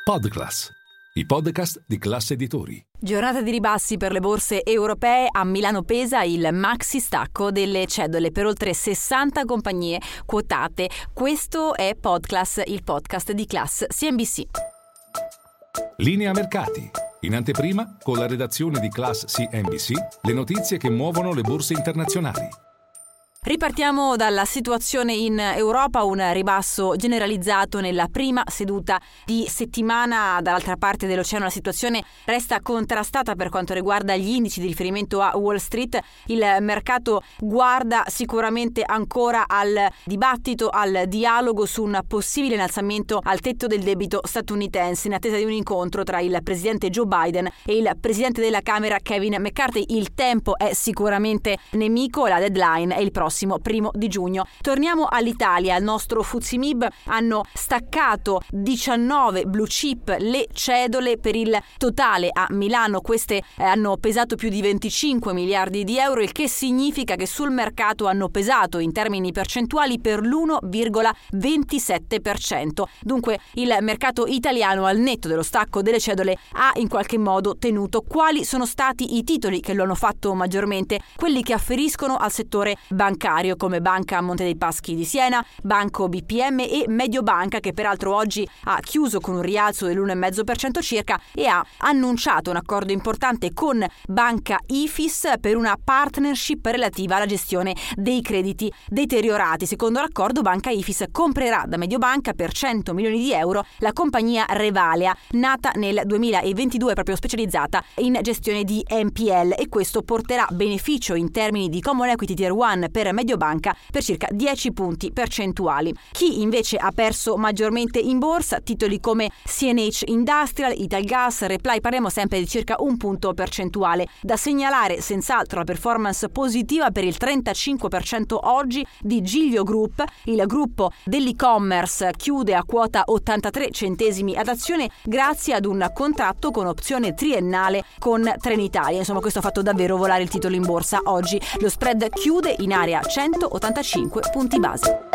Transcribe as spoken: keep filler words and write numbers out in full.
Podclass, i podcast di Class Editori. Giornata di ribassi per le borse europee. A Milano pesa il maxi stacco delle cedole per oltre sessanta compagnie quotate. Questo è Podclass, il podcast di Class C N B C. Linea mercati. In anteprima, con la redazione di Class C N B C, le notizie che muovono le borse internazionali. Ripartiamo dalla situazione in Europa, un ribasso generalizzato nella prima seduta di settimana. Dall'altra parte dell'oceano la situazione resta contrastata per quanto riguarda gli indici di riferimento a Wall Street. Il mercato guarda sicuramente ancora al dibattito, al dialogo su un possibile innalzamento al tetto del debito statunitense in attesa di un incontro tra il presidente Joe Biden e il presidente della Camera Kevin McCarthy. Il tempo è sicuramente nemico, la deadline è il prossimo primo di giugno. Torniamo all'Italia. Il nostro F T S E M I B hanno staccato diciannove blue chip, le cedole per il totale a Milano. Queste eh, hanno pesato più di venticinque miliardi di euro, il che significa che sul mercato hanno pesato in termini percentuali per l'uno virgola ventisette per cento. Dunque il mercato italiano, al netto dello stacco delle cedole, ha in qualche modo tenuto. Quali sono stati i titoli che lo hanno fatto maggiormente? Quelli che afferiscono al settore bancario, come Banca Monte dei Paschi di Siena, Banco B P M e Mediobanca, che peraltro oggi ha chiuso con un rialzo dell'uno virgola cinque per cento circa e ha annunciato un accordo importante con Banca Ifis per una partnership relativa alla gestione dei crediti deteriorati. Secondo l'accordo, Banca Ifis comprerà da Mediobanca per cento milioni di euro la compagnia Revalea, nata nel duemilaventidue, proprio specializzata in gestione di N P L, e questo porterà beneficio in termini di Common Equity Tier uno per Mediobanca per circa dieci punti percentuali. Chi invece ha perso maggiormente in borsa? Titoli come C N H Industrial, Italgas, Reply, parliamo sempre di circa un punto percentuale. Da segnalare senz'altro la performance positiva per il trentacinque per cento oggi di Giglio Group. Il gruppo dell'e-commerce chiude a quota ottantatré centesimi ad azione grazie ad un contratto con opzione triennale con Trenitalia. Insomma, questo ha fatto davvero volare il titolo in borsa oggi. Lo spread chiude in area centottantacinque punti base.